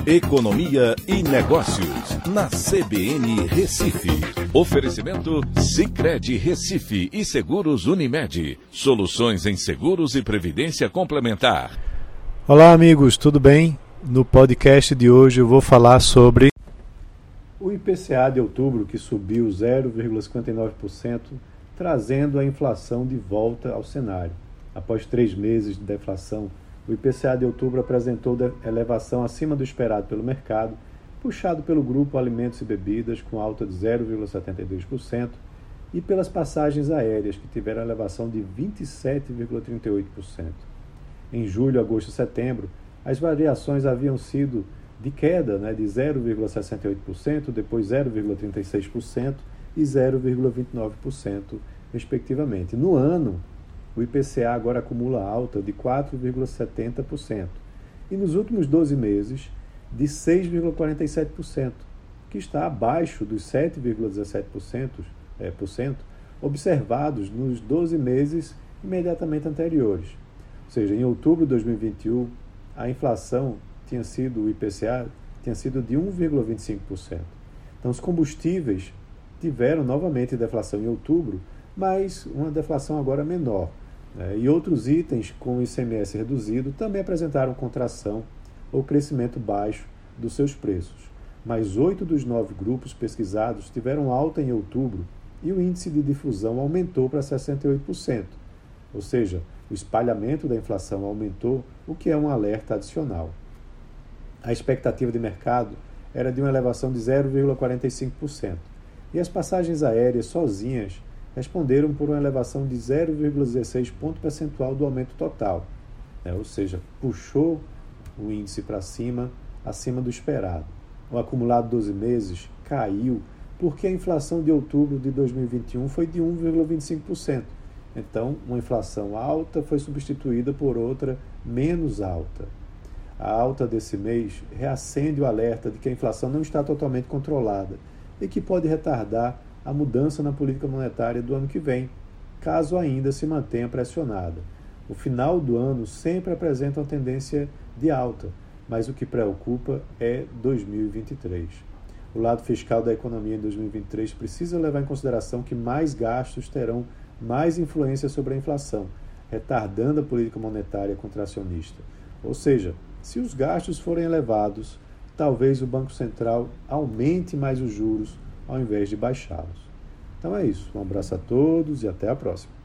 Economia e Negócios, na CBN Recife. Oferecimento Sicredi Recife e Seguros Unimed. Soluções em seguros e previdência complementar. Olá amigos, tudo bem? No podcast de hoje eu vou falar sobre o IPCA de outubro, que subiu 0,59%, trazendo a inflação de volta ao cenário. Após 3 meses de deflação, o IPCA de outubro apresentou elevação acima do esperado pelo mercado, puxado pelo grupo Alimentos e Bebidas, com alta de 0,72%, e pelas passagens aéreas, que tiveram elevação de 27,38%. Em julho, agosto e setembro, as variações haviam sido de queda, de 0,68%, depois 0,36% e 0,29%, respectivamente. No ano, o IPCA agora acumula alta de 4,70% e nos últimos 12 meses de 6,47%, que está abaixo dos 7,17% observados nos 12 meses imediatamente anteriores. Ou seja, em outubro de 2021, a inflação o IPCA tinha sido de 1,25%. Então, os combustíveis tiveram novamente deflação em outubro, mas uma deflação agora menor. E outros itens com ICMS reduzido também apresentaram contração ou crescimento baixo dos seus preços. Mas 8 dos 9 grupos pesquisados tiveram alta em outubro e o índice de difusão aumentou para 68%. Ou seja, o espalhamento da inflação aumentou, o que é um alerta adicional. A expectativa de mercado era de uma elevação de 0,45%. E as passagens aéreas sozinhas responderam por uma elevação de 0,16 ponto percentual do aumento total, ou seja, puxou o índice para cima, acima do esperado. O acumulado 12 meses caiu porque a inflação de outubro de 2021 foi de 1,25%. Então, uma inflação alta foi substituída por outra menos alta. A alta desse mês reacende o alerta de que a inflação não está totalmente controlada e que pode retardar a mudança na política monetária do ano que vem, caso ainda se mantenha pressionada. O final do ano sempre apresenta uma tendência de alta, mas o que preocupa é 2023. O lado fiscal da economia em 2023 precisa levar em consideração que mais gastos terão mais influência sobre a inflação, retardando a política monetária contracionista. Ou seja, se os gastos forem elevados, talvez o Banco Central aumente mais os juros ao invés de baixá-los. Então é isso. Um abraço a todos e até a próxima.